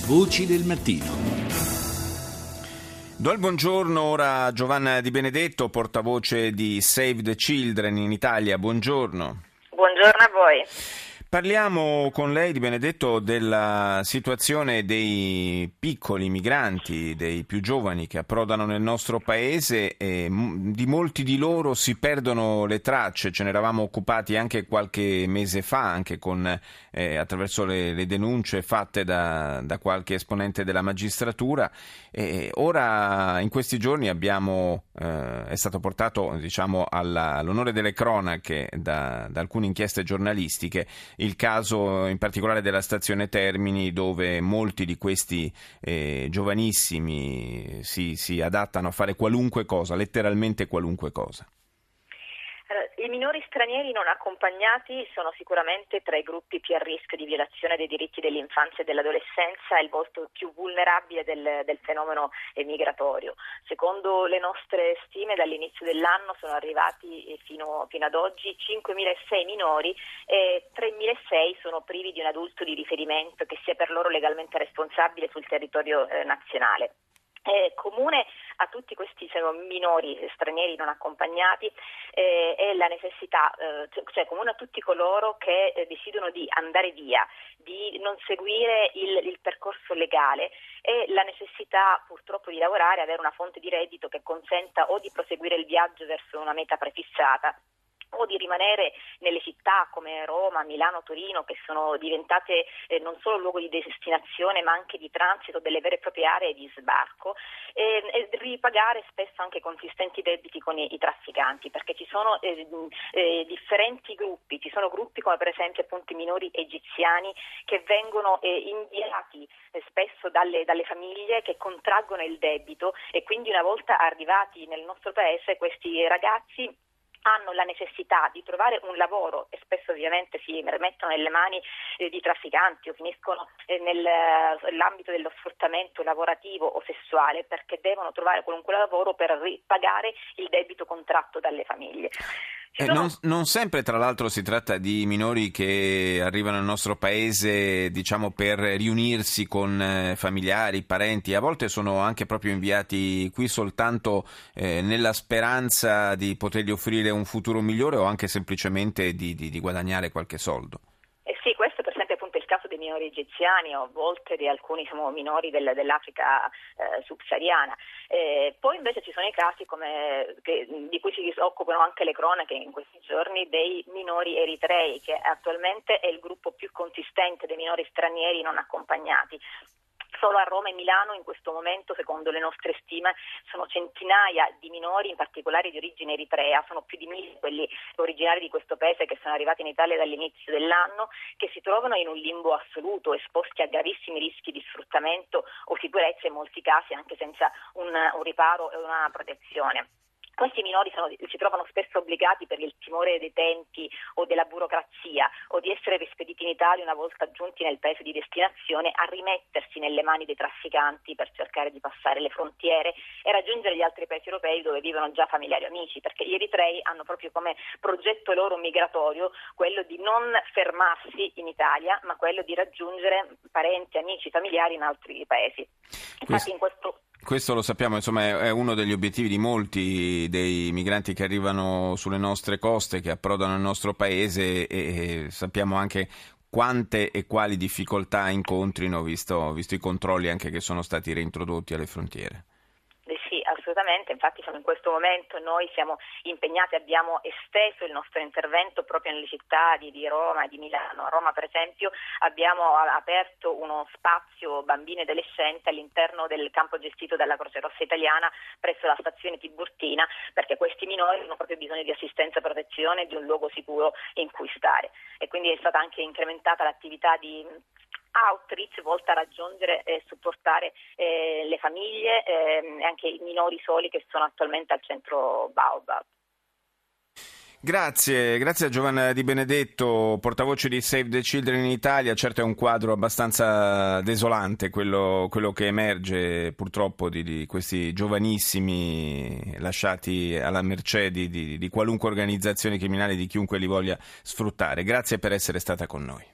Voci del mattino. Do il buongiorno ora a Giovanna Di Benedetto, portavoce di Save the Children in Italia. Buongiorno. Buongiorno a voi. Parliamo con lei, Di Benedetto, della situazione dei piccoli migranti, dei più giovani che approdano nel nostro paese e di molti di loro si perdono le tracce. Ce ne eravamo occupati anche qualche mese fa, anche attraverso le denunce fatte da qualche esponente della magistratura. E ora, in questi giorni, è stato portato, all'onore delle cronache da alcune inchieste giornalistiche il caso in particolare della stazione Termini, dove molti di questi giovanissimi si adattano a fare qualunque cosa, letteralmente qualunque cosa. I minori stranieri non accompagnati sono sicuramente tra i gruppi più a rischio di violazione dei diritti dell'infanzia e dell'adolescenza e il volto più vulnerabile del fenomeno migratorio. Secondo le nostre stime, dall'inizio dell'anno sono arrivati fino ad oggi 5.006 minori e 3.006 sono privi di un adulto di riferimento che sia per loro legalmente responsabile sul territorio nazionale. È comune a tutti questi minori stranieri non accompagnati è la necessità, cioè comune a tutti coloro che decidono di andare via, di non seguire il percorso legale, e la necessità purtroppo di lavorare, avere una fonte di reddito che consenta o di proseguire il viaggio verso una meta prefissata o di rimanere nelle città come Roma, Milano, Torino, che sono diventate non solo luogo di destinazione ma anche di transito delle vere e proprie aree di sbarco, e ripagare spesso anche consistenti debiti con i trafficanti, perché ci sono differenti gruppi, ci sono gruppi come per esempio appunto i minori egiziani che vengono inviati spesso dalle famiglie che contraggono il debito, e quindi una volta arrivati nel nostro paese questi ragazzi hanno la necessità di trovare un lavoro e spesso ovviamente si mettono nelle mani di trafficanti o finiscono nell'ambito dello sfruttamento lavorativo o sessuale, perché devono trovare qualunque lavoro per ripagare il debito contratto dalle famiglie. Non sempre, tra l'altro, si tratta di minori che arrivano nel nostro paese, per riunirsi con familiari, parenti. A volte sono anche proprio inviati qui soltanto nella speranza di potergli offrire un futuro migliore o anche semplicemente di guadagnare qualche soldo. Sì, questo per esempio appunto il caso dei minori egiziani o a volte di alcuni minori dell'Africa subsahariana. Poi invece ci sono i casi di cui si occupano anche le cronache in questi giorni, dei minori eritrei, che attualmente è il gruppo più consistente dei minori stranieri non accompagnati. Solo a Roma e Milano in questo momento, secondo le nostre stime, sono centinaia di minori, in particolare di origine eritrea, sono più di 1.000 quelli originari di questo paese che sono arrivati in Italia dall'inizio dell'anno, che si trovano in un limbo assoluto, esposti a gravissimi rischi di sfruttamento o sicurezza, in molti casi anche senza un riparo e una protezione. Questi minori si trovano spesso obbligati, per il timore dei tempi o della burocrazia o di essere rispediti in Italia una volta giunti nel paese di destinazione, a rimettersi nelle mani dei trafficanti per cercare di passare le frontiere e raggiungere gli altri paesi europei dove vivono già familiari o amici, perché gli eritrei hanno proprio come progetto loro migratorio quello di non fermarsi in Italia, ma quello di raggiungere parenti, amici, familiari in altri paesi. Infatti Questo lo sappiamo, è uno degli obiettivi di molti dei migranti che arrivano sulle nostre coste, che approdano nel nostro paese, e sappiamo anche quante e quali difficoltà incontrino, visto i controlli anche che sono stati reintrodotti alle frontiere. Sì, assolutamente, infatti in questo momento noi siamo impegnati, abbiamo esteso il nostro intervento proprio nelle città di Roma e di Milano. A Roma per esempio abbiamo aperto uno spazio bambini e adolescenti all'interno del campo gestito dalla Croce Rossa Italiana presso la stazione Tiburtina, perché questi minori hanno proprio bisogno di assistenza e protezione, di un luogo sicuro in cui stare, e quindi è stata anche incrementata l'attività di outreach volta a raggiungere e supportare le famiglie e anche i minori soli che sono attualmente al centro Baobab. Grazie a Giovanna Di Benedetto, portavoce di Save the Children in Italia. Certo è un quadro abbastanza desolante quello che emerge purtroppo di questi giovanissimi lasciati alla mercé di qualunque organizzazione criminale, di chiunque li voglia sfruttare. Grazie per essere stata con noi.